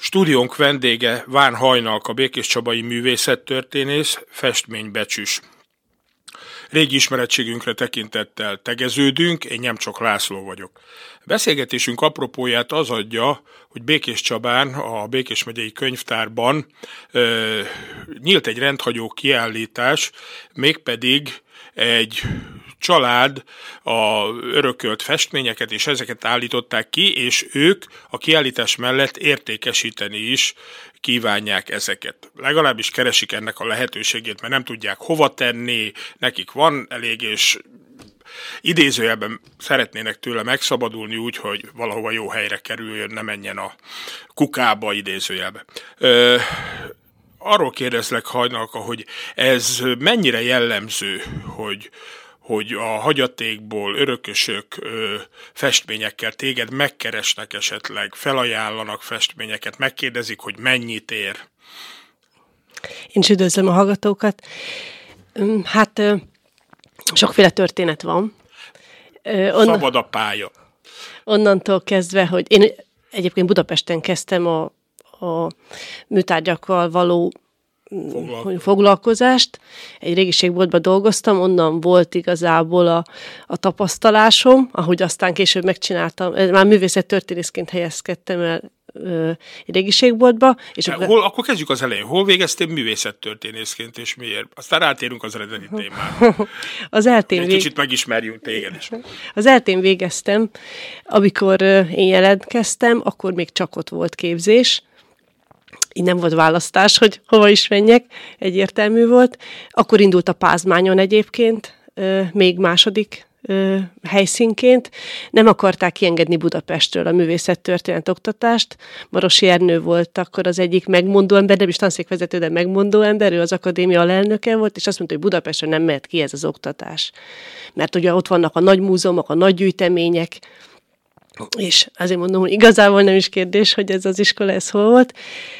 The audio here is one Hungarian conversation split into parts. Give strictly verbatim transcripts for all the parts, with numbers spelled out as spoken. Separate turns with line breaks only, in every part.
Stúdiónk vendége Ván Hajnalka, békéscsabai művészettörténész, festménybecsüs. Régi ismerettségünkre tekintettel tegeződünk, én Nyemcsok László vagyok. Beszélgetésünk apropóját az adja, hogy Békéscsabán, a Békés megyei könyvtárban ö, nyílt egy rendhagyó kiállítás, mégpedig egy család a örökölt festményeket, és ezeket állították ki, és ők a kiállítás mellett értékesíteni is kívánják ezeket. Legalábbis keresik ennek a lehetőségét, mert nem tudják hova tenni, nekik van elég, és idézőjelben szeretnének tőle megszabadulni úgy, hogy valahova jó helyre kerüljön, ne menjen a kukába idézőjelbe. Ö, arról kérdezlek, Hajnalka, hogy ez mennyire jellemző, hogy hogy a hagyatékból örökösök ö, festményekkel téged megkeresnek esetleg, felajánlanak festményeket, megkérdezik, hogy mennyit ér.
Én is üdvözlöm a hallgatókat. Hát sokféle történet van.
Onnan, Szabad a pálya.
Onnantól kezdve, hogy én egyébként Budapesten kezdtem a, a műtárgyakkal való Foglalkozás. foglalkozást. Egy régiségboltban dolgoztam, onnan volt igazából a, a tapasztalásom, ahogy aztán később megcsináltam, már művészettörténészként helyezkedtem el ö, egy régiségboltba. És
akkor... Hol, akkor kezdjük az elején. Hol végeztél művészettörténészként, és miért? Aztán rátérünk az eredeti témára.
az eltén
Egy
vég...
kicsit megismerjünk téged is.
Az eltén végeztem, amikor ö, én jelentkeztem, akkor még csak ott volt képzés, így nem volt választás, hogy hova is menjek, egyértelmű volt. Akkor indult a Pázmányon egyébként, még második helyszínként. Nem akarták kiengedni Budapestről a művészettörténet oktatást. Marosi Ernő volt akkor az egyik megmondó ember, nem is tanszékvezető, de megmondó ember, ő az akadémia alelnöke volt, és azt mondta, hogy Budapestre nem mehet ki ez az oktatás. Mert ugye ott vannak a nagy múzeumok, a nagy gyűjtemények, és azért mondom, hogy igazából nem is kérdés, hogy ez az iskola, ez hol volt.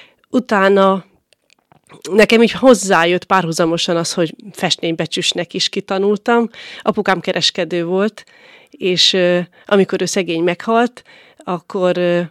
Utána nekem így hozzájött párhuzamosan az, hogy festménybecsüsnek is kitanultam. Apukám kereskedő volt, és uh, amikor ő szegény meghalt, akkor uh,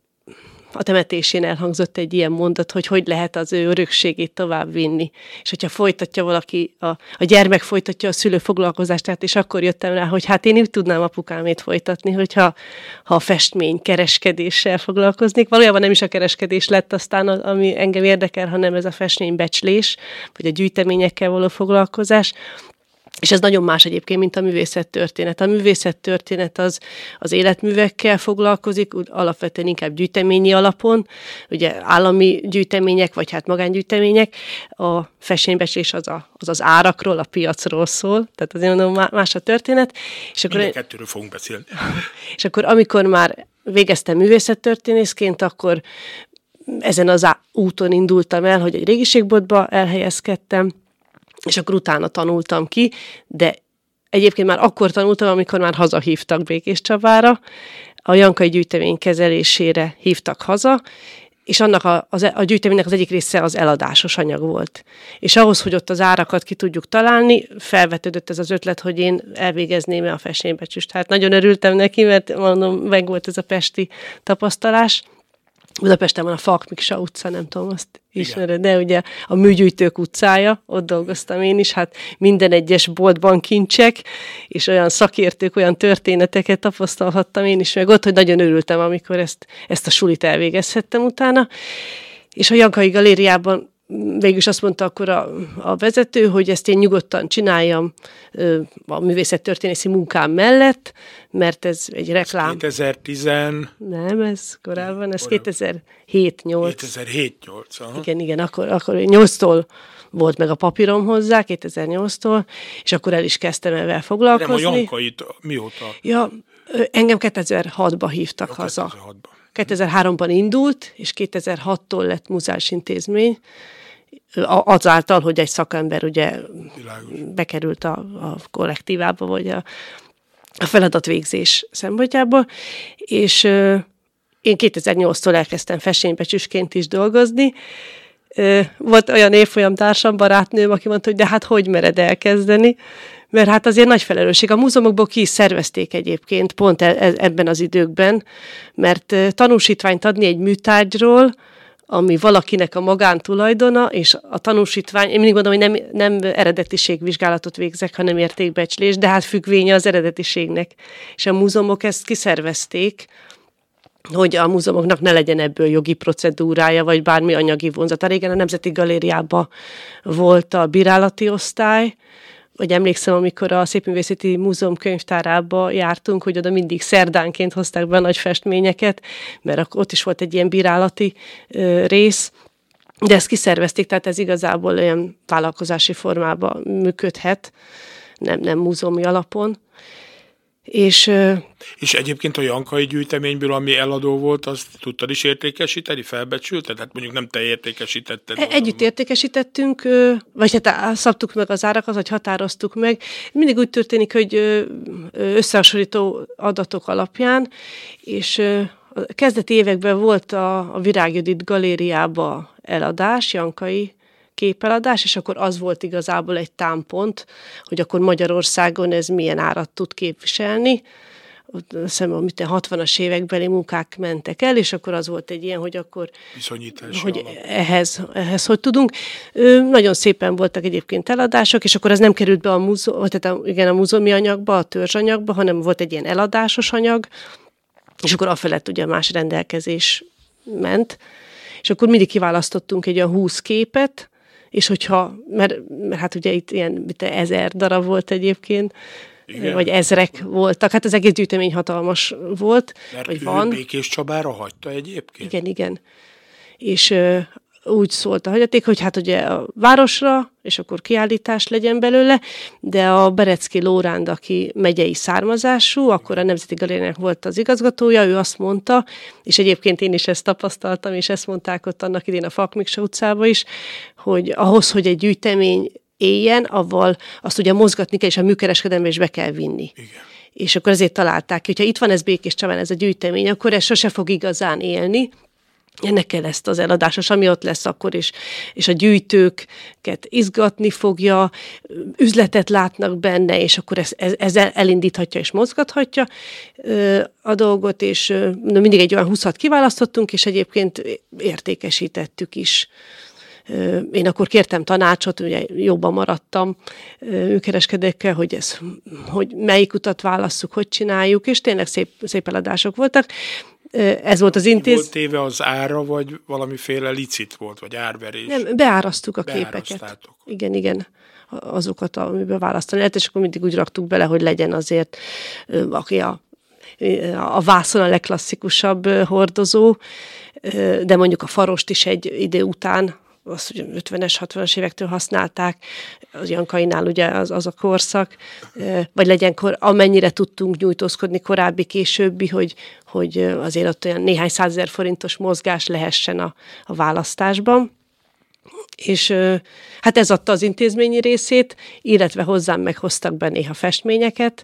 a temetésén elhangzott egy ilyen mondat, hogy hogy lehet az ő örökségét tovább vinni. És hogyha folytatja valaki, a, a gyermek folytatja a szülő foglalkozását, és akkor jöttem rá, hogy hát én így tudnám apukámét folytatni, hogyha ha a festmény kereskedéssel foglalkoznék. Valójában nem is a kereskedés lett aztán, ami engem érdekel, hanem ez a festménybecslés, vagy a gyűjteményekkel való foglalkozás. És ez nagyon más egyébként, mint a művészettörténet. A művészettörténet az, az életművekkel foglalkozik, alapvetően inkább gyűjteményi alapon, ugye állami gyűjtemények, vagy hát magángyűjtemények. A festménybecslés az, a, az az árakról, a piacról szól, tehát azért mondom, más a történet. És akkor,
Minden kettőről fogunk beszélni.
És akkor amikor már végeztem művészettörténészként, akkor ezen az úton indultam el, hogy egy régiségboltba elhelyezkedtem, és akkor utána tanultam ki, de egyébként már akkor tanultam, amikor már hazahívtak Békéscsabára, a Jankai gyűjtemény kezelésére hívtak haza, és annak a, az, a gyűjteménynek az egyik része az eladásos anyag volt. És ahhoz, hogy ott az árakat ki tudjuk találni, felvetődött ez az ötlet, hogy én elvégezném a festménybecsüst. Hát nagyon örültem neki, mert mondom, meg volt ez a pesti tapasztalás. Budapesten van a Falk Miksa utca, nem tudom, azt ismered, de ugye a Műgyűjtők utcája, ott dolgoztam én is, hát minden egyes boltban kincsek, és olyan szakértők, olyan történeteket tapasztalhattam én is, meg ott, hogy nagyon örültem, amikor ezt, ezt a sulit elvégezhettem utána. És a Jankai Galériában végülis azt mondta akkor a, a vezető, hogy ezt én nyugodtan csináljam a művészettörténészi munkám mellett, mert ez egy reklám.
kétezer-tíz
Nem, ez korábban, ez kétezer-hét nyolc
kétezer-hét nyolc
Igen, igen, akkor, akkor nyolctól volt meg a papírom hozzá, kétezer-nyolctól, és akkor el is kezdtem ezzel foglalkozni.
Nem, a Jankait mióta?
Ja, engem kétezer-hatban hívtak ja, haza.
kétezer-hatban
kétezer-háromban indult, és kétezer-hattól lett muzeális intézmény, azáltal, hogy egy szakember ugye
Világos.
bekerült a, a kollektívába, vagy a, a feladatvégzés szempontjából, és euh, én kétezer-nyolctól elkezdtem festménybecsüsként is dolgozni. Euh, volt olyan évfolyam társam, barátnőm, aki mondta, hogy de hát hogy mered elkezdeni, mert hát azért nagy felelősség. A múzeumokból ki is szervezték egyébként pont e- ebben az időkben, mert tanúsítványt adni egy műtárgyról, ami valakinek a magántulajdona, és a tanúsítvány, én mindig mondom, hogy nem, nem eredetiségvizsgálatot végzek, hanem értékbecslés, de hát függvénye az eredetiségnek. És a múzeumok ezt kiszervezték, hogy a múzeumoknak ne legyen ebből jogi procedúrája, vagy bármi anyagi vonzata. Régen a Nemzeti Galériában volt a bírálati osztály, vagy emlékszem, amikor a Szépművészeti Múzeum könyvtárába jártunk, hogy oda mindig szerdánként hozták be a nagy festményeket, mert ott is volt egy ilyen bírálati ö, rész, de ezt kiszervezték, tehát ez igazából olyan vállalkozási formában működhet, nem, nem múzeumi alapon. És,
és egyébként a Jankai gyűjteményből, ami eladó volt, azt tudtad is értékesíteni, felbecsülted? Hát mondjuk nem te értékesítetted.
Együtt mondom. Értékesítettünk, vagy hát szabtuk meg az árakat, vagy határoztuk meg. Mindig úgy történik, hogy összehasonlító adatok alapján, és a kezdeti években volt a, a Virág Judit galériába eladás, Jankai képeladás, és akkor az volt igazából egy támpont, hogy akkor Magyarországon ez milyen árat tud képviselni. Szemben, a hatvanas évekbeli munkák mentek el, és akkor az volt egy ilyen, hogy akkor hogy ehhez, ehhez hogy tudunk. Ö, nagyon szépen voltak egyébként eladások, és akkor ez nem került be a, múzeum, tehát a, igen, a múzeumi anyagba, a törzsanyagba, hanem volt egy ilyen eladásos anyag, és akkor afelett ugye más rendelkezés ment. És akkor mindig kiválasztottunk egy olyan húsz képet, és hogyha, mert, mert hát ugye itt ilyen mint ezer darab volt egyébként, igen. Vagy ezrek voltak, hát az egész gyűjtemény hatalmas volt,
mert
vagy
ő
van.
Békés Csabára hagyta egyébként?
Igen, igen. És ö, úgy szólt a hagyaték, hogy hát ugye a városra, és akkor kiállítás legyen belőle, de a Berecki Lóránd, aki megyei származású, akkor a Nemzeti Galériának volt az igazgatója, ő azt mondta, és egyébként én is ezt tapasztaltam, és ezt mondták ott annak idén a Falk-Miksa utcában is, hogy ahhoz, hogy egy gyűjtemény éljen, avval azt ugye mozgatni kell, és a műkereskedelembe is be kell vinni.
Igen.
És akkor ezért találták ki, hogyha itt van ez Békés Csabán, ez a gyűjtemény, akkor ez sose fog igazán élni, ennek kell ezt az eladásos, ami ott lesz akkor is, és a gyűjtőket izgatni fogja, üzletet látnak benne, és akkor ez, ez, ez elindíthatja és mozgathatja a dolgot, és mindig egy olyan húszat kiválasztottunk, és egyébként értékesítettük is. Én akkor kértem tanácsot, ugye jobban maradtam műkereskedőkkel, hogy, ez, hogy melyik utat válasszuk, hogy csináljuk, és tényleg szép, szép eladások voltak. Ez volt az intéz...
Volt téve az ára, vagy valamiféle licit volt, vagy árverés?
Nem, beárasztuk a képeket. Igen, igen, azokat, amiben választani lehet, és akkor mindig úgy raktuk bele, hogy legyen azért, aki a, a vászon a legklasszikusabb hordozó, de mondjuk a farost is egy idő után, azt ugye ötvenes, hatvanas évektől használták, az Jankainál ugye az, az a korszak, vagy legyen, kor, amennyire tudtunk nyújtózkodni korábbi, későbbi, hogy, hogy azért ott olyan néhány százezer forintos mozgás lehessen a, a választásban. És hát ez adta az intézményi részét, illetve hozzám meghoztak be néha festményeket.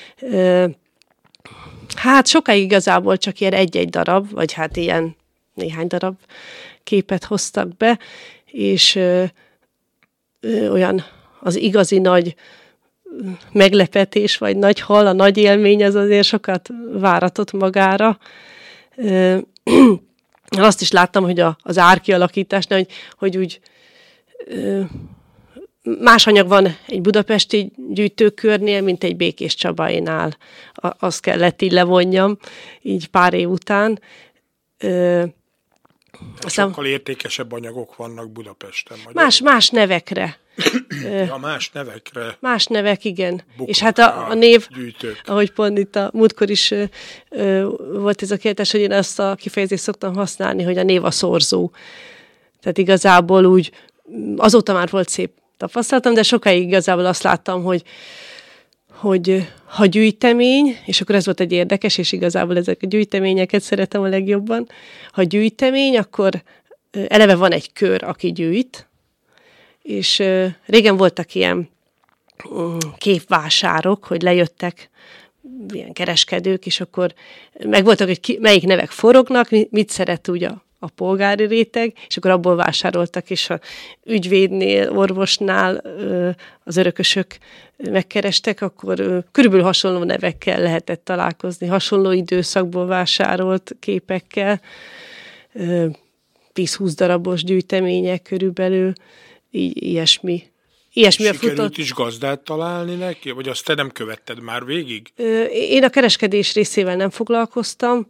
Hát sokáig igazából csak ilyen egy-egy darab, vagy hát ilyen néhány darab képet hoztak be, és ö, ö, olyan az igazi nagy meglepetés, vagy nagy hal, a nagy élmény, az azért sokat váratott magára. Ö, azt is láttam, hogy a, az árkialakításnál, hogy, hogy úgy ö, más anyag van egy budapesti gyűjtőkörnél, mint egy Békés Csabáinál. Azt kellett így levonjam, így pár év után. Ö,
Aztán sokkal értékesebb anyagok vannak Budapesten.
Más, más nevekre.
Ja, más nevekre.
Más nevek, igen. Bukak, és hát a, a név, gyűjtők. Ahogy pont itt a múltkor is ö, volt ez a kérdés, hogy én ezt a kifejezést szoktam használni, hogy a név a szorzó. Tehát igazából úgy, azóta már volt szép tapasztalatom, de sokáig igazából azt láttam, hogy hogy ha gyűjtemény, és akkor ez volt egy érdekes, és igazából ezek a gyűjteményeket szeretem a legjobban, ha gyűjtemény, akkor eleve van egy kör, aki gyűjt, és régen voltak ilyen képvásárok, hogy lejöttek ilyen kereskedők, és akkor megvoltak, hogy ki, melyik nevek forognak, mit szeret úgy a a polgári réteg, és akkor abból vásároltak, és a ügyvédnél, orvosnál az örökösök megkerestek, akkor körülbelül hasonló nevekkel lehetett találkozni, hasonló időszakból vásárolt képekkel. tíz-húsz darabos gyűjtemények körülbelül, így, ilyesmi. Ilyesmi
Sikerült
futott.
is gazdát találni neki, vagy azt te nem követted már végig?
Én a kereskedés részével nem foglalkoztam.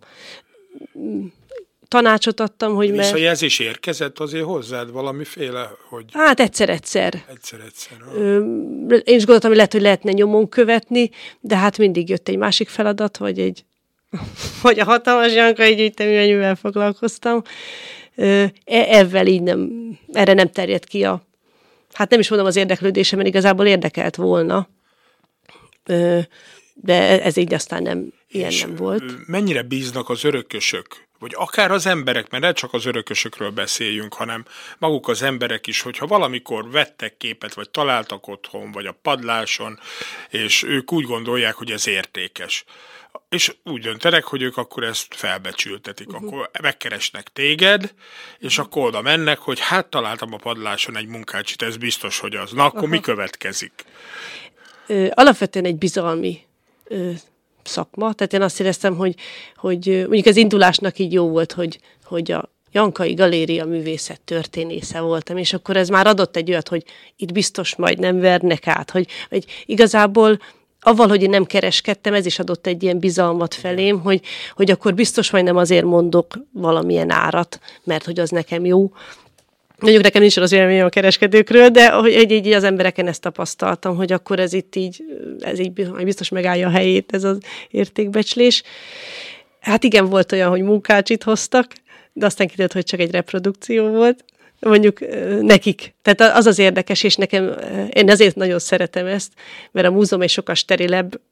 Tanácsot adtam, hogy...
Visszajelzés érkezett azért hozzád valamiféle, hogy...
Hát egyszer-egyszer.
Egyszer-egyszer.
Én is gondoltam, hogy lehet, hogy lehetne nyomon követni, de hát mindig jött egy másik feladat, vagy egy... vagy a hatalmas Jankai gyűjteményvel foglalkoztam. Ezzel így nem... Erre nem terjedt ki a... Hát nem is mondom az érdeklődésem, mert igazából érdekelt volna. De ez így aztán nem, ilyen
és
nem volt.
Mennyire bíznak az örökösök? Vagy akár az emberek, mert ne csak az örökösökről beszéljünk, hanem maguk az emberek is, hogyha valamikor vettek képet, vagy találtak otthon, vagy a padláson, és ők úgy gondolják, hogy ez értékes. És úgy döntenek, hogy ők akkor ezt felbecsültetik. Uh-huh. Akkor megkeresnek téged, és akkor oda mennek, hogy hát találtam a padláson egy munkácsit, ez biztos, hogy az. Na, akkor uh-huh. mi következik?
Ö, alapvetően egy bizalmi ö, szakma. Tehát én azt éreztem, hogy, hogy mondjuk az indulásnak így jó volt, hogy, hogy a Jankai Galéria művészet történésze voltam, és akkor ez már adott egy olyat, hogy itt biztos majd nem vernek át, hogy, hogy igazából avval, hogy én nem kereskedtem, ez is adott egy ilyen bizalmat felém, hogy, hogy akkor biztos majd nem azért mondok valamilyen árat, mert hogy az nekem jó. Mondjuk nekem nincs az élményem a kereskedőkről, de hogy így az embereken ezt tapasztaltam, hogy akkor ez itt így, ez így biztos megállja a helyét, ez az értékbecslés. Hát igen, volt olyan, hogy munkácsit hoztak, de aztán kiderült, hogy csak egy reprodukció volt. Mondjuk nekik. Tehát az az érdekes, és nekem, én ezért nagyon szeretem ezt, mert a múzeum egy sokkal sterilebb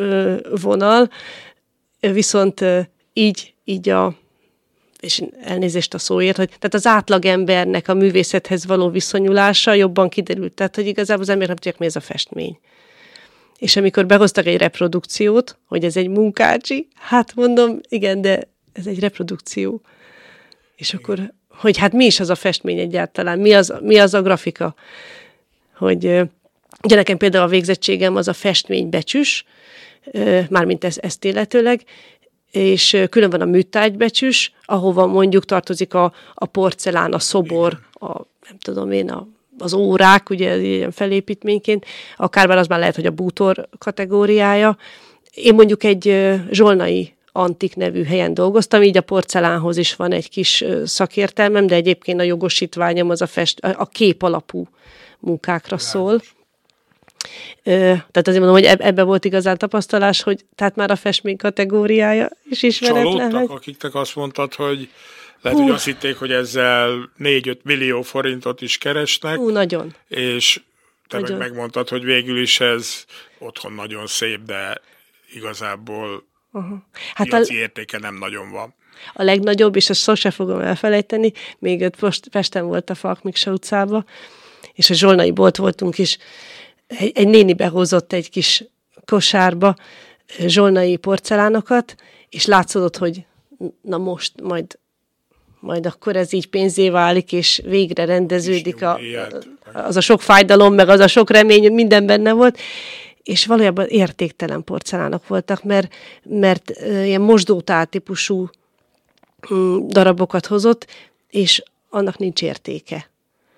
vonal, viszont így, így a, és elnézést a szóért, hogy tehát az átlagembernek a művészethez való viszonyulása jobban kiderült. Tehát, hogy igazából az emberek nem tudják, mi ez a festmény. És amikor behoztak egy reprodukciót, hogy ez egy munkácsi, hát mondom, igen, de ez egy reprodukció. És igen. Akkor, hogy hát mi is az a festmény egyáltalán, mi az, mi az a grafika. Hogy ugye nekem például a végzettségem az a festménybecsüs, mármint ez, ezt illetőleg, és külön van a műtárgybecsüs, ahova mondjuk tartozik a, a porcelán, a szobor, a, nem tudom én, a, az órák, ugye ilyen felépítményként, akár már az már lehet, hogy a bútor kategóriája. Én mondjuk egy zsolnai antik nevű helyen dolgoztam, így a porcelánhoz is van egy kis szakértelmem, de egyébként a jogosítványom az a, fest, a kép alapú munkákra szól. Tehát azért mondom, hogy ebbe volt igazán tapasztalás, hogy tehát már a festmény kategóriája is ismeretlen.
Csalódtak,
hogy...
akiknek azt mondtad, hogy lehet, Hú. hogy azt hitték, hogy ezzel négy-öt millió forintot is keresnek.
Hú, nagyon.
És te
nagyon.
meg megmondtad, hogy végül is ez otthon nagyon szép, de igazából uh-huh. hát piaci a... értéke nem nagyon van.
A legnagyobb, és ezt sosem fogom elfelejteni, még ott Pesten volt a Falk Miksa utcába, és a zsolnai bolt voltunk is, Egy, egy néni behozott egy kis kosárba zsolnai porcelánokat, és látszódott, hogy na most majd, majd akkor ez így pénzé válik, és végre rendeződik a, az a sok fájdalom, meg az a sok remény, minden benne volt, és valójában értéktelen porcelánok voltak, mert, mert ilyen mosdótál típusú darabokat hozott, és annak nincs értéke.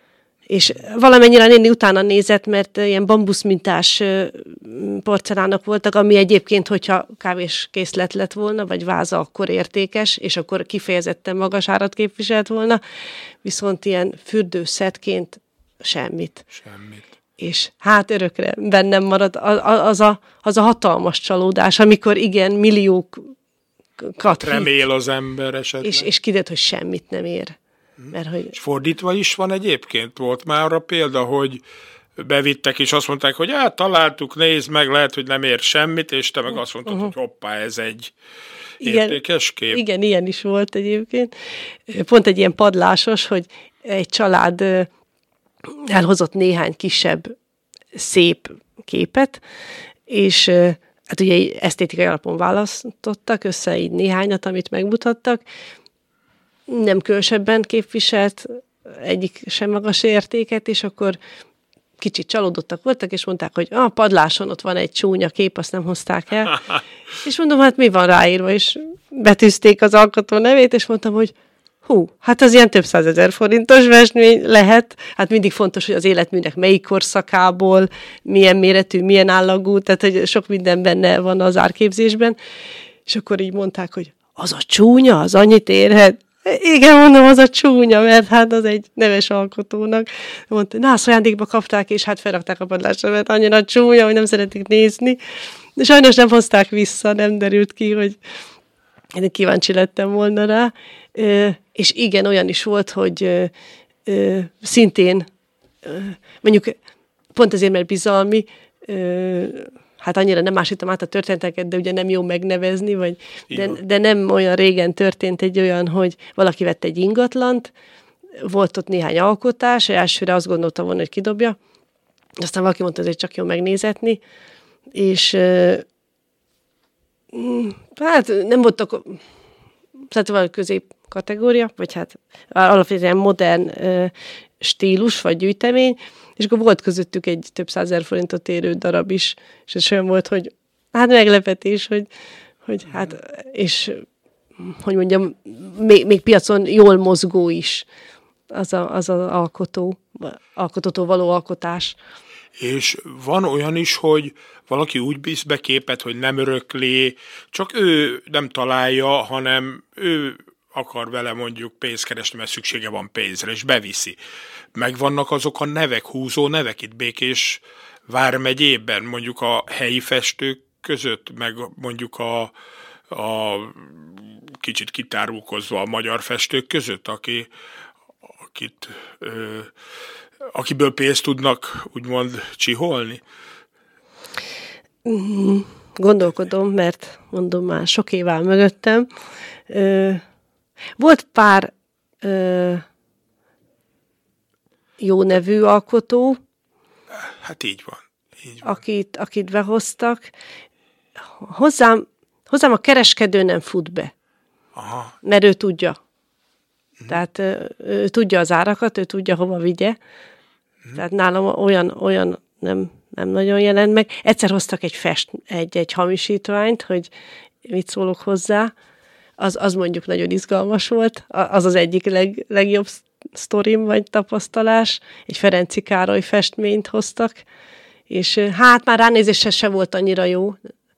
És valamennyire a néni utána nézett, mert ilyen bambuszmintás porcelánok voltak, ami egyébként, hogyha kávéskészlet lett volna, vagy váza, akkor értékes, és akkor kifejezetten magas árat képviselt volna, viszont ilyen fürdőszetként semmit.
Semmit.
És hát örökre bennem marad az a, az a hatalmas csalódás, amikor igen, milliókat
remél az ember esetleg.
És, és kiderült, hogy semmit nem ér. Mert, hogy...
És fordítva is van egyébként? Volt már arra példa, hogy bevittek, és azt mondták, hogy hát találtuk, nézd meg, lehet, hogy nem ér semmit, és te meg azt mondtad, uh-huh. hogy hoppá, ez egy
igen,
értékes kép.
Igen, ilyen is volt egyébként. Pont egy ilyen padlásos, hogy egy család elhozott néhány kisebb, szép képet, és hát ugye esztétikai alapon választottak össze így néhányat, amit megmutattak, nem különösebben képviselt egyik sem magas értéket, és akkor kicsit csalódottak voltak, és mondták, hogy a padláson ott van egy csúnya kép, azt nem hozták el. És mondom, hát mi van ráírva, és betűzték az alkotó nevét, és mondtam, hogy hú, hú, hát az ilyen több százezer forintos festmény lehet. Hát mindig fontos, hogy az életműnek melyik korszakából, milyen méretű, milyen állagú, tehát hogy sok minden benne van az árképzésben. És akkor így mondták, hogy az a csúnya, az annyit érhet. Igen, mondom, az a csúnya, mert hát az egy neves alkotónak. Mondta, na, azt ajándékba kapták, és hát felrakták a padlásra, mert annyira csúnya, hogy nem szeretik nézni. De sajnos nem hozták vissza, nem derült ki, hogy én kíváncsi lettem volna rá. És igen, olyan is volt, hogy szintén, mondjuk pont azért, mert bizalmi, hát annyira nem másítom át a történeteket, de ugye nem jó megnevezni, vagy de, de nem olyan régen történt egy olyan, hogy valaki vett egy ingatlant, volt ott néhány alkotás, elsőre azt gondolta volna, hogy kidobja, aztán valaki mondta, hogy csak jó megnézetni, és hát nem voltak, tehát valami közép kategória, vagy hát alapvetően modern stílus, vagy gyűjtemény, és akkor volt közöttük egy több százezer forintot érő darab is, és ez olyan volt, hogy hát meglepetés, hogy, hogy hát, és hogy mondjam, még, még piacon jól mozgó is az a, az a alkotó, alkotótól való alkotás.
És van olyan is, hogy valaki úgy bíz be képet, hogy nem örökli, csak ő nem találja, hanem ő akar vele mondjuk pénzt keresni, mert szüksége van pénzre, és beviszi. Megvannak azok a nevek, húzó nevek itt Békés vármegyében, mondjuk a helyi festők között, meg mondjuk a, a kicsit kitárulkozva a magyar festők között, aki, akit, ö, akiből pénzt tudnak úgymond csiholni?
Gondolkodom, mert mondom már sok év áll mögöttem. Ö, volt pár ö, jó nevű alkotó,
hát így van. Így van.
Akit, akit behoztak. Hozzám, hozzám a kereskedő nem fut be,
Aha.
mert ő tudja. Hmm. Tehát ő, ő tudja az árakat, ő tudja, hova vigye. Hmm. Tehát nálam olyan, olyan nem, nem nagyon jelent meg. Egyszer hoztak egy, fest, egy, egy hamisítványt, hogy mit szólok hozzá. Az, az mondjuk nagyon izgalmas volt. Az az egyik leg, legjobb sztorim vagy tapasztalás. Egy Ferenczy Károly festményt hoztak, és hát már ránézésre se volt annyira jó,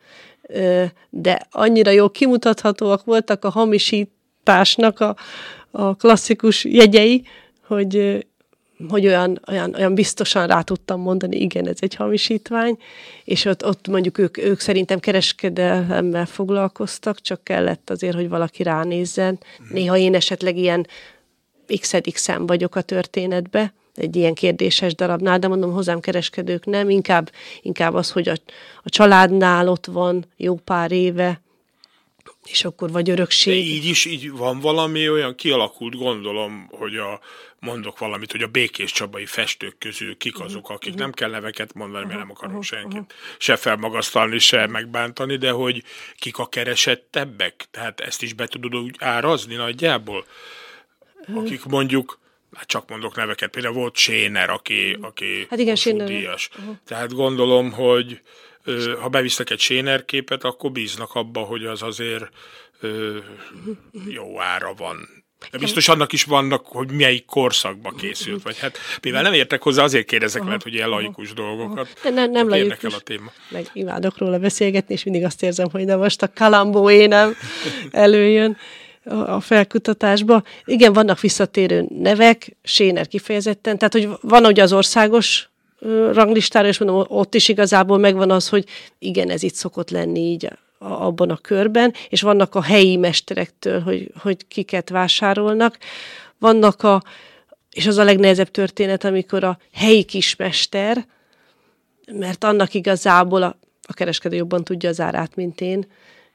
de annyira jó kimutathatóak voltak a hamisításnak a, a klasszikus jegyei, hogy, hogy olyan, olyan, olyan biztosan rá tudtam mondani, igen, ez egy hamisítvány, és ott, ott mondjuk ők, ők szerintem kereskedelemmel foglalkoztak, csak kellett azért, hogy valaki ránézzen. Néha én esetleg ilyen x-edik szám vagyok a történetbe, egy ilyen kérdéses darabnál, de mondom, hozzám kereskedők nem, inkább, inkább az, hogy a, a családnál ott van jó pár éve, és akkor vagy örökség.
De így is így van valami olyan kialakult, gondolom, hogy a, mondok valamit, hogy a Békés Csabai festők közül kik azok, akik uh-huh. nem kell neveket mondani, mert nem akarok uh-huh. senkit uh-huh. se felmagasztalni, se megbántani, de hogy kik a keresettebbek? Tehát ezt is be tudod úgy árazni nagyjából? Akik mondjuk, hát csak mondok neveket, például volt Séner, aki, aki
hát igen,
díjas. Uh-huh. Tehát gondolom, hogy ö, ha bevisznek egy Séner képet, akkor bíznak abba, hogy az azért ö, jó ára van. De biztos annak is vannak, hogy melyik korszakban készült, vagy hát mivel nem értek hozzá, azért kérdezek, uh-huh. mert hogy ilyen laikus uh-huh. dolgokat.
De ne, nem laikus.
A téma.
Meg imádok róla beszélgetni, és mindig azt érzem, hogy nem most a Kalambó énem előjön a felkutatásba. Igen, vannak visszatérő nevek, Séner kifejezetten, tehát hogy van ugye az országos ranglistára, és mondom, ott is igazából megvan az, hogy igen, ez itt szokott lenni így abban a körben, és vannak a helyi mesterektől, hogy, hogy kiket vásárolnak. Vannak a, és az a legnehezebb történet, amikor a helyi kismester, mert annak igazából a, a kereskedő jobban tudja az árát, mint én,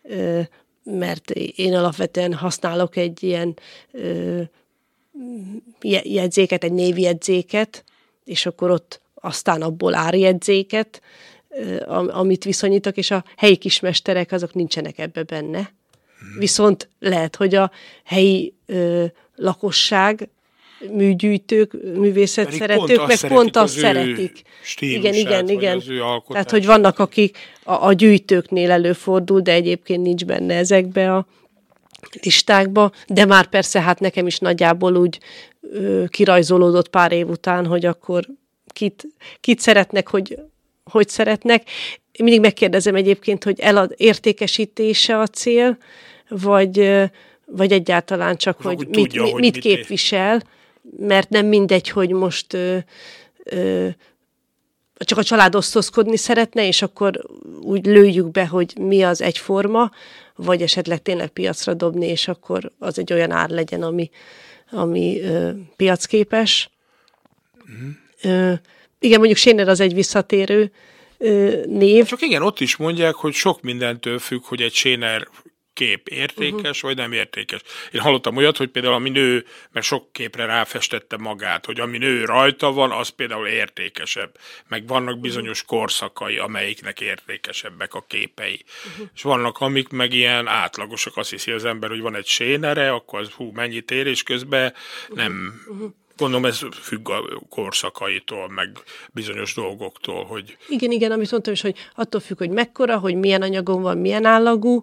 mert én alapvetően használok egy ilyen ö, jegyzéket, egy névjegyzéket, és akkor ott aztán abból árjegyzéket, ö, amit viszonyítok, és a helyi kismesterek azok nincsenek ebbe benne. Hmm. Viszont lehet, hogy a helyi ö, lakosság, műgyűjtők, művészet szeretők, meg pont azt szeretik. Igen, igen, igen. Tehát, hogy vannak, akik a, a gyűjtőknél előfordul, de egyébként nincs benne ezekbe a listákba, de már persze hát nekem is nagyjából úgy ö, kirajzolódott pár év után, hogy akkor kit, kit szeretnek, hogy, hogy szeretnek. Én mindig megkérdezem egyébként, hogy elad értékesítése a cél, vagy, vagy egyáltalán csak, hogy, hogy mit, tudja, mit, hogy mit képvisel, mert nem mindegy, hogy most ö, ö, csak a család osztozkodni szeretne, és akkor úgy lőjük be, hogy mi az egyforma, vagy esetleg tényleg piacra dobni, és akkor az egy olyan ár legyen, ami, ami ö, piacképes. Mm. Ö, igen, mondjuk Séner az egy visszatérő ö, név.
Csak igen, ott is mondják, hogy sok mindentől függ, hogy egy Séner kép értékes, uh-huh. vagy nem értékes. Én hallottam olyat, hogy például ami nő, mert sok képre ráfestette magát, hogy ami nő rajta van, az például értékesebb. Meg vannak bizonyos korszakai, amelyiknek értékesebbek a képei. Uh-huh. És vannak, amik meg ilyen átlagosak, azt hiszi az ember, hogy van egy Sénere, akkor az hú, mennyit ér, és közben nem... Uh-huh. Gondolom, ez függ a korszakaitól, meg bizonyos dolgoktól, hogy...
Igen, igen, amit mondtam is, hogy attól függ, hogy mekkora, hogy milyen anyagon van, milyen állagú,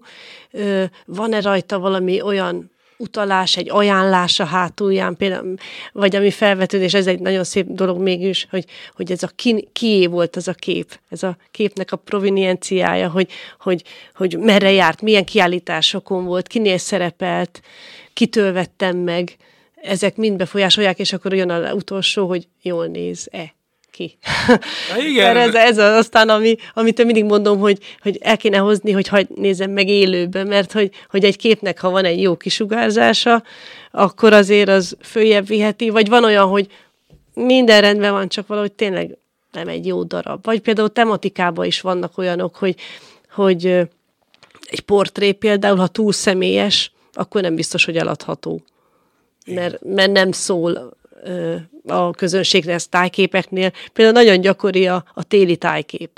van-e rajta valami olyan utalás, egy ajánlás a hátulján, például, vagy ami felvetődés, ez egy nagyon szép dolog mégis, hogy, hogy ez a ki, kié volt az a kép, ez a képnek a provenienciája, hogy, hogy, hogy merre járt, milyen kiállításokon volt, kinél szerepelt, kitől vettem meg, ezek mind befolyásolják, és akkor jön az utolsó, hogy jól néz-e ki.
Na igen.
ez, ez az aztán, ami, amit én mindig mondom, hogy, hogy el kéne hozni, hogy hagy nézzem meg élőben, mert hogy, hogy egy képnek, ha van egy jó kisugárzása, akkor azért az följebb viheti, vagy van olyan, hogy minden rendben van, csak valahogy tényleg nem egy jó darab. Vagy például tematikában is vannak olyanok, hogy, hogy egy portré például, ha túl személyes, akkor nem biztos, hogy eladható. Mert, mert nem szól ö, a közönségre ez tájképeknél. Például nagyon gyakori a, a téli tájkép.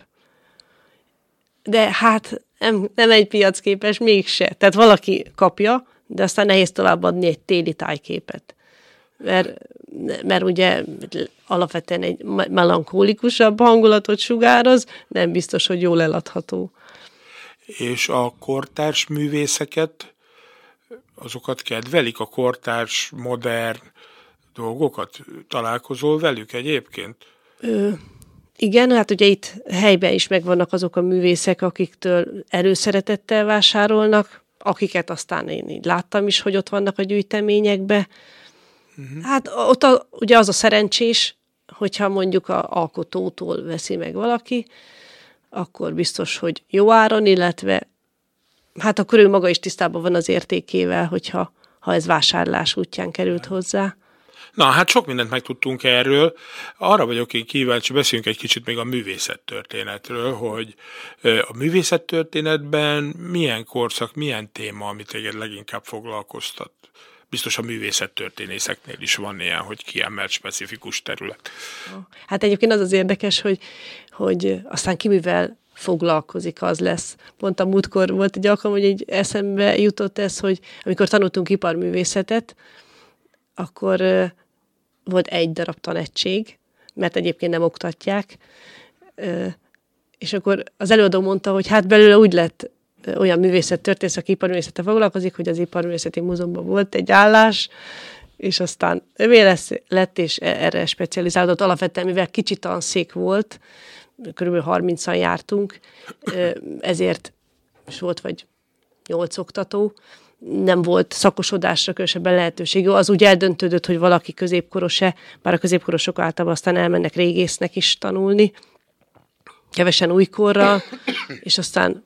De hát nem, nem egy piacképes, mégse. Tehát valaki kapja, de aztán nehéz továbbadni egy téli tájképet. Mert, mert ugye alapvetően egy melankolikusabb hangulatot sugároz, nem biztos, hogy jól eladható.
És a kortárs művészeket, azokat kedvelik, a kortárs, modern dolgokat? Találkozol velük egyébként? Ö,
igen, hát ugye itt helyben is megvannak azok a művészek, akiktől előszeretettel vásárolnak, akiket aztán én így láttam is, hogy ott vannak a gyűjteményekben. Uh-huh. Hát ott a, ugye az a szerencsés, hogyha mondjuk a alkotótól veszi meg valaki, akkor biztos, hogy jó áron, illetve hát akkor ő maga is tisztában van az értékével, hogyha ha ez vásárlás útján került hozzá.
Na, hát sok mindent megtudtunk erről. Arra vagyok én kíváncsi, beszéljünk egy kicsit még a művészettörténetről, hogy a művészettörténetben milyen korszak, milyen téma, amit téged leginkább foglalkoztat? Biztos a művészettörténészeknél is van ilyen, hogy kiemelt specifikus terület.
Hát egyébként az az érdekes, hogy, hogy aztán ki mivel foglalkozik, az lesz. Pont a múltkor volt egy alkalom, hogy így eszembe jutott ez, hogy amikor tanultunk iparművészetet, akkor uh, volt egy darab tanegység, mert egyébként nem oktatják, uh, és akkor az előadó mondta, hogy hát belőle úgy lett uh, olyan művészettörténész, aki iparművészettel foglalkozik, hogy az Iparművészeti Múzeumban volt egy állás, és aztán övé lesz, lett, és erre specializálódott. Alapvetően, mivel kicsi tanszék volt, körülbelül harmincan jártunk, ezért is volt vagy nyolc oktató, nem volt szakosodásra különösebben lehetőség. Az úgy eldöntődött, hogy valaki középkoros-e, bár a középkorosok általában aztán elmennek régésznek is tanulni, kevesen újkorral, és aztán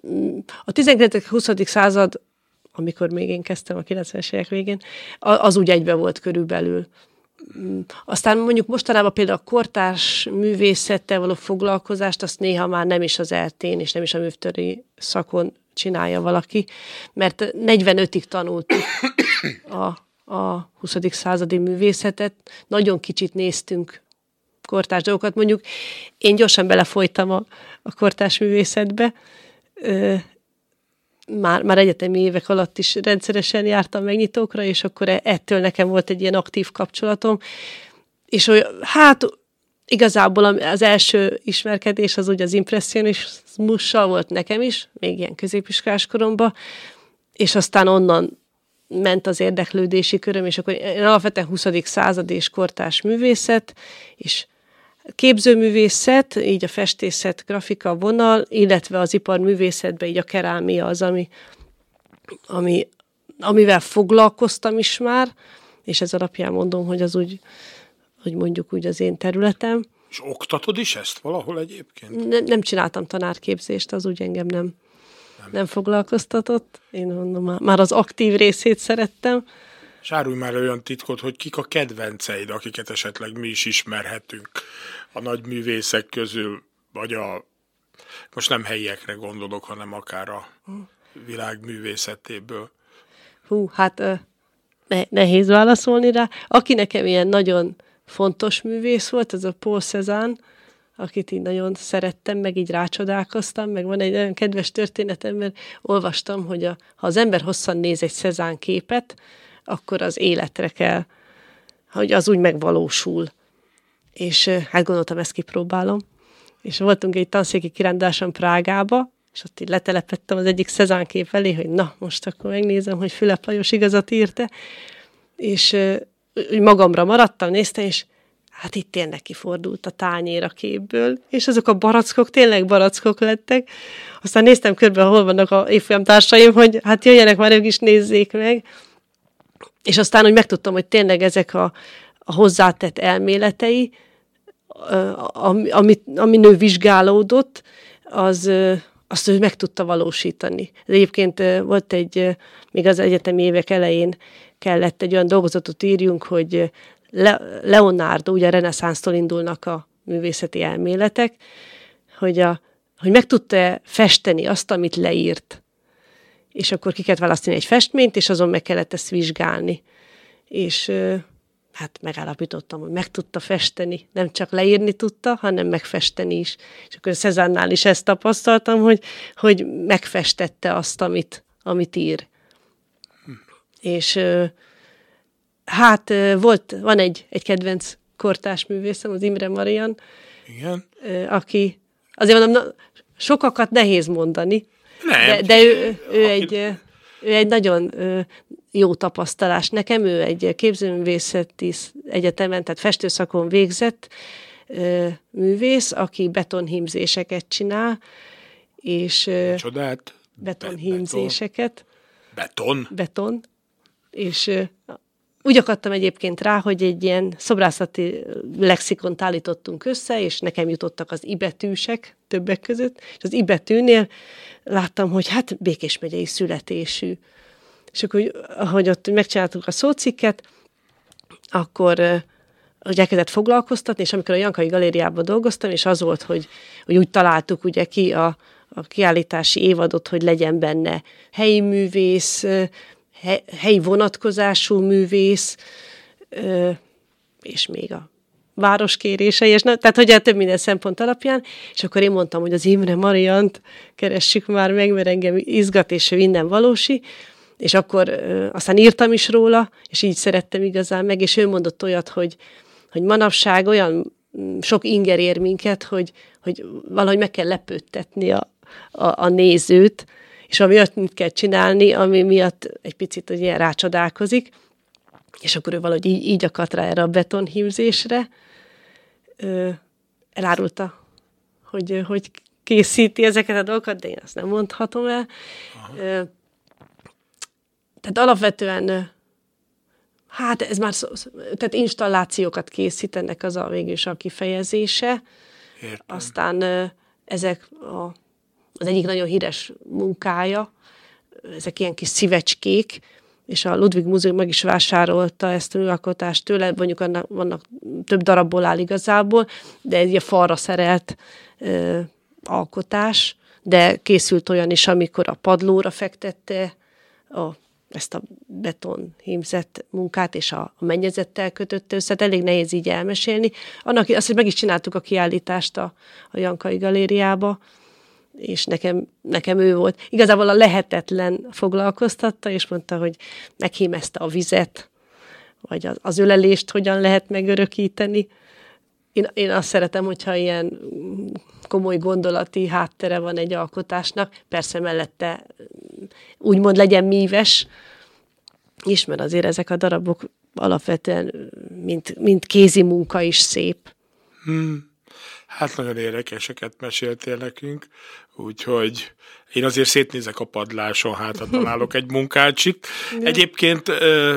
a tizenkilencedik-huszadik század, amikor még én kezdtem a kilencvenes évek végén, az úgy egybe volt körülbelül. Aztán mondjuk mostanában például a kortárs művészettel való foglalkozást, azt néha már nem is az eltén, és nem is a művtöri szakon csinálja valaki, mert negyvenötig tanultuk a, a huszadik századi művészetet, nagyon kicsit néztünk kortárs dolgokat. Mondjuk én gyorsan belefolytam a, a kortárs művészetbe, Ö, Már, már egyetemi évek alatt is rendszeresen jártam megnyitókra, és akkor ettől nekem volt egy ilyen aktív kapcsolatom. És hogy, hát igazából az első ismerkedés az úgy az impresszionizmussal volt nekem is, még ilyen középiskolás koromban, és aztán onnan ment az érdeklődési köröm, és akkor én alapvetően huszadik század és kortárs művészet, és képzőművészet, így a festészet, grafika, vonal, illetve az iparművészetben így a kerámia az, ami, ami, amivel foglalkoztam is már, és ez alapján mondom, hogy az úgy, hogy mondjuk úgy az én területem.
És oktatod is ezt valahol egyébként?
Ne, nem csináltam tanárképzést, az úgy engem nem, nem. nem foglalkoztatott. Én mondom, már, már az aktív részét szerettem.
És árulj már olyan titkot, hogy kik a kedvenceid, akiket esetleg mi is ismerhetünk a nagy művészek közül, vagy a, most nem helyiekre gondolok, hanem akár a világ művészetéből.
Hú, hát ne, nehéz válaszolni rá. Aki nekem ilyen nagyon fontos művész volt, az a Paul Cézanne, akit így nagyon szerettem, meg így rácsodálkoztam, meg van egy nagyon kedves történetem, mert olvastam, hogy a, ha az ember hosszan néz egy Cézanne képet, akkor az életre kell, hogy az úgy megvalósul. És hát gondoltam, ezt kipróbálom. És voltunk egy tanszéki kiránduláson Prágába, és ott így letelepettem az egyik Cézanne kép elé, hogy na, most akkor megnézem, hogy Fülep Lajos igazat írta. És úgy magamra maradtam, néztem, és hát itt tényleg kifordult a tányér a képből, és azok a barackok tényleg barackok lettek. Aztán néztem körbe, hol vannak a évfolyamtársaim, hogy hát jöjjenek már, ők is nézzék meg. És aztán úgy megtudtam, hogy tényleg ezek a, a hozzátett elméletei, ami, ami, amin ő vizsgálódott, az, azt ő meg tudta valósítani. Egyébként volt egy, még az egyetemi évek elején kellett egy olyan dolgozatot írjunk, hogy Le, Leonardo, ugye a reneszánsztól indulnak a művészeti elméletek, hogy, a, hogy meg tudta festeni azt, amit leírt. És akkor ki kellett választani egy festményt, és azon meg kellett ezt vizsgálni. És hát megállapítottam, hogy meg tudta festeni. Nem csak leírni tudta, hanem megfesteni is. És akkor a Cézannál is ezt tapasztaltam, hogy, hogy megfestette azt, amit, amit ír. Hm. És hát volt, van egy, egy kedvenc kortárs művészem, az Imre Marian,
igen.
Aki, azért mondom, na, sokakat nehéz mondani, nem. de, de ő, ő, Aki... egy, ő egy nagyon jó tapasztalás. Nekem ő egy képzőművészeti egyetemen, tehát festőszakon végzett művész, aki betonhímzéseket csinál, és
csodát?
betonhímzéseket.
Beton?
Beton. És úgy akadtam egyébként rá, hogy egy ilyen szobrászati lexikont állítottunk össze, és nekem jutottak az ibetűsek többek között, és az ibetűnél láttam, hogy hát Békés megyei születésű. És akkor, ahogy ott megcsináltuk a szócikket, akkor hogy elkezdett foglalkoztatni, és amikor a Jankai Galériában dolgoztam, és az volt, hogy, hogy úgy találtuk ugye ki a, a kiállítási évadot, hogy legyen benne helyi művész, helyi vonatkozású művész, és még a város kérései, és na, tehát hogy több minden szempont alapján, és akkor én mondtam, hogy az Imre Mariant keressük már meg, mert engem izgat, és ő innen valósi, és akkor aztán írtam is róla, és így szerettem igazán meg, és ő mondott olyat, hogy, hogy manapság olyan sok inger ér minket, hogy, hogy valahogy meg kell lepődtetni a, a, a nézőt, és ami miatt mit kell csinálni, ami miatt egy picit ugye rácsodálkozik, és akkor ő valahogy így, így akadt rá erre a betonhímzésre. Ö, elárulta, hogy, hogy készíti ezeket a dolgokat, de én azt nem mondhatom el. Ö, tehát alapvetően, hát ez már, szó, tehát installációkat készítenek, az a végülis a kifejezése. Értem. Aztán ö, ezek a az egyik nagyon híres munkája, ezek ilyen kis szívecskék, és a Ludwig Múzeum meg is vásárolta ezt a műalkotást tőle, mondjuk annak, vannak több darabból áll igazából, de egy ilyen falra szerelt ö, alkotás, de készült olyan is, amikor a padlóra fektette a, ezt a betonhímzett munkát, és a, a mennyezettel kötötte össze, hát elég nehéz így elmesélni. Annak, azt, hogy meg is csináltuk a kiállítást a, a Jankai Galériába, és nekem, nekem ő volt. Igazából a lehetetlen foglalkoztatta, és mondta, hogy meghímezte a vizet, vagy az, az ölelést hogyan lehet megörökíteni. Én, én azt szeretem, hogyha ilyen komoly gondolati háttere van egy alkotásnak, persze mellette úgymond legyen míves is, mert azért ezek a darabok alapvetően mint, mint kézi munka is szép.
Hmm. Hát nagyon érdekeseket meséltél nekünk, úgyhogy én azért szétnézek a padláson, hát ha találok egy Munkácsit. Egyébként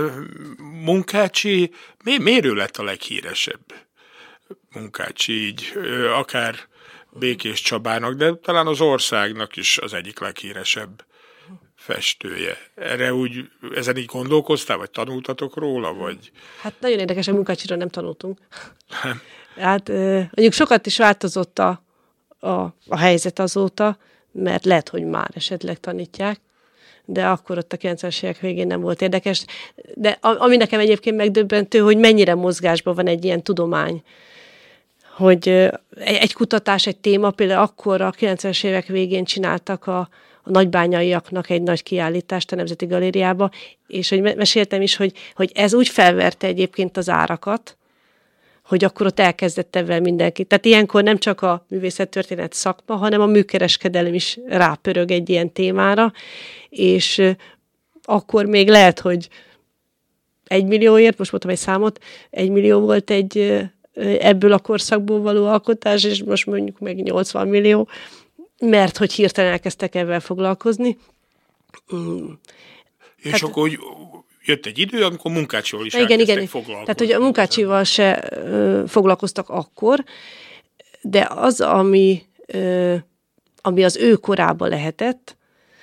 Munkácsi, mi, miért ő lett a leghíresebb? Munkácsi így, akár Békés Csabának, de talán az országnak is az egyik leghíresebb festője. Erre úgy, ezen így gondolkoztál, vagy tanultatok róla, vagy?
Hát nagyon érdekes, hogy Munkácsiról nem tanultunk. Hát mondjuk sokat is változott a, a, a helyzet azóta, mert lehet, hogy már esetleg tanítják, de akkor ott a kilencvenes évek végén nem volt érdekes. De ami nekem egyébként megdöbbentő, hogy mennyire mozgásban van egy ilyen tudomány, hogy egy kutatás, egy téma, például akkor a kilencvenes évek végén csináltak a, a nagybányaiaknak egy nagy kiállítást a Nemzeti Galériába, és hogy meséltem is, hogy, hogy ez úgy felverte egyébként az árakat, hogy akkor ott elkezdett ebben mindenki. Tehát ilyenkor nem csak a művészettörténet szakma, hanem a műkereskedelem is rápörög egy ilyen témára, és akkor még lehet, hogy egy millióért, most mondtam egy számot, egy millió volt egy ebből a korszakból való alkotás, és most mondjuk meg nyolcvan millió, mert hogy hirtelen elkezdtek ebben foglalkozni.
Mm. És hát, akkor hogy jött egy idő, amikor Munkácsival is
igen,
elkezdtek
igen.
foglalkozni.
Tehát, hogy a Munkácsival se ö, foglalkoztak akkor, de az, ami, ö, ami az ő korában lehetett,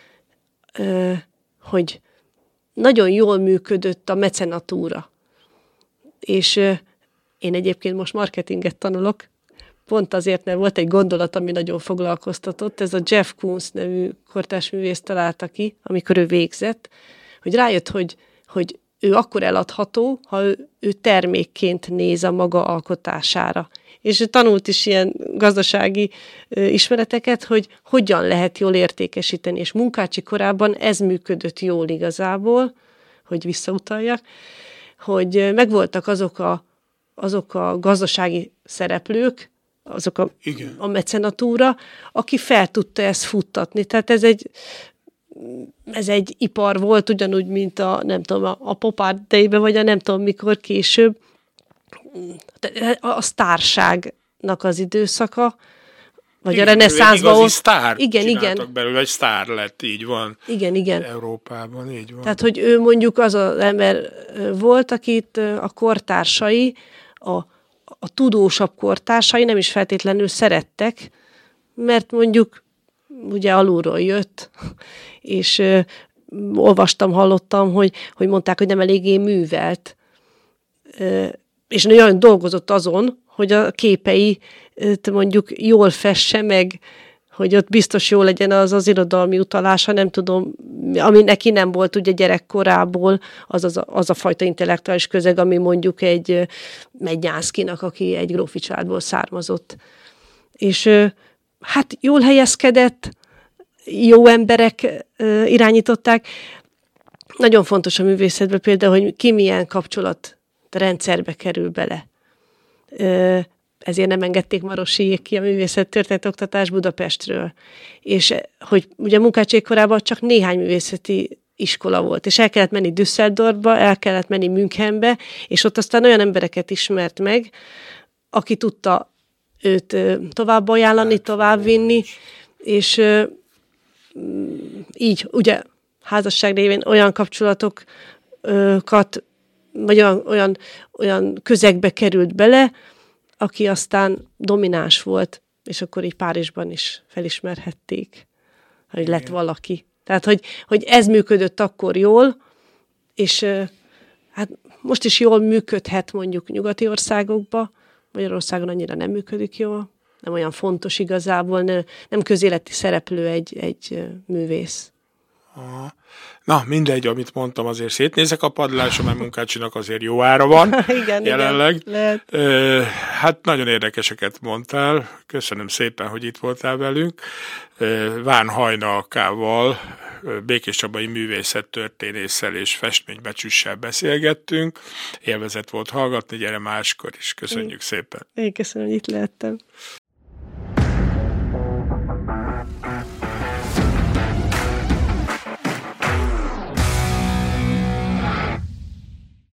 ö, hogy nagyon jól működött a mecenatúra. És ö, én egyébként most marketinget tanulok, pont azért, mert volt egy gondolat, ami nagyon foglalkoztatott, ez a Jeff Koons nevű kortárs művész találta ki, amikor ő végzett, hogy rájött, hogy, hogy ő akkor eladható, ha ő, ő termékként néz a maga alkotására. És ő tanult is ilyen gazdasági ö, ismereteket, hogy hogyan lehet jól értékesíteni. És Munkácsi korában ez működött jól igazából, hogy visszautaljak, hogy megvoltak azok a, azok a gazdasági szereplők, azok a, a mecenatúra, aki fel tudta ezt futtatni. Tehát ez egy, ez egy ipar volt, ugyanúgy, mint a, nem tudom, a, a Pop-Art Day-ben, vagy a nem tudom mikor később. A, a sztárságnak az időszaka, vagy igen, a reneszánszban.
Igazi sztár
igen,
igen. belőle, egy sztár lett, így van.
Igen, igen.
Európában, így van.
Tehát, hogy ő mondjuk az az ember volt, akit a kortársai, a a tudósabb kortársai nem is feltétlenül szerettek, mert mondjuk ugye alulról jött, és ö, olvastam, hallottam, hogy, hogy mondták, hogy nem eléggé művelt, ö, és nagyon dolgozott azon, hogy a képei ö, mondjuk jól fesse meg, hogy ott biztos jó legyen az az irodalmi utalása, nem tudom, ami neki nem volt ugye gyerekkorából, az, az, a, az a fajta intellektuális közeg, ami mondjuk egy Mednyánszkinak, aki egy grófi családból származott. És hát jól helyezkedett, jó emberek irányították. Nagyon fontos a művészetben például, hogy ki milyen kapcsolat rendszerbe kerül bele. Ezért nem engedték Marosiék ki a művészettörténet oktatás Budapestről. És hogy ugye Munkácsiék korában csak néhány művészeti iskola volt, és el kellett menni Düsseldorfba, el kellett menni Münchenbe, és ott aztán olyan embereket ismert meg, aki tudta őt tovább ajánlani, tovább vinni, és így ugye házasság révén olyan kapcsolatokat, vagy olyan, olyan, olyan közegbe került bele, aki aztán domináns volt, és akkor így Párizsban is felismerhették, hogy lett igen. valaki. Tehát, hogy, hogy ez működött akkor jól, és hát most is jól működhet mondjuk nyugati országokba, Magyarországon annyira nem működik jól, nem olyan fontos igazából, nem, nem közéleti szereplő egy, egy művész.
Aha. Na, mindegy, amit mondtam, azért szétnézek a padláson, mert Munkácsinak azért jó ára van
igen,
jelenleg.
Igen,
Ö, hát nagyon érdekeseket mondtál, köszönöm szépen, hogy itt voltál velünk. Ö, Ván Hajnalkával, Békés Csabai művészettörténésszel és festménybecsüssel beszélgettünk. Élvezet volt hallgatni, gyere máskor is. Köszönjük
én,
szépen.
Én köszönöm, hogy itt lehettem.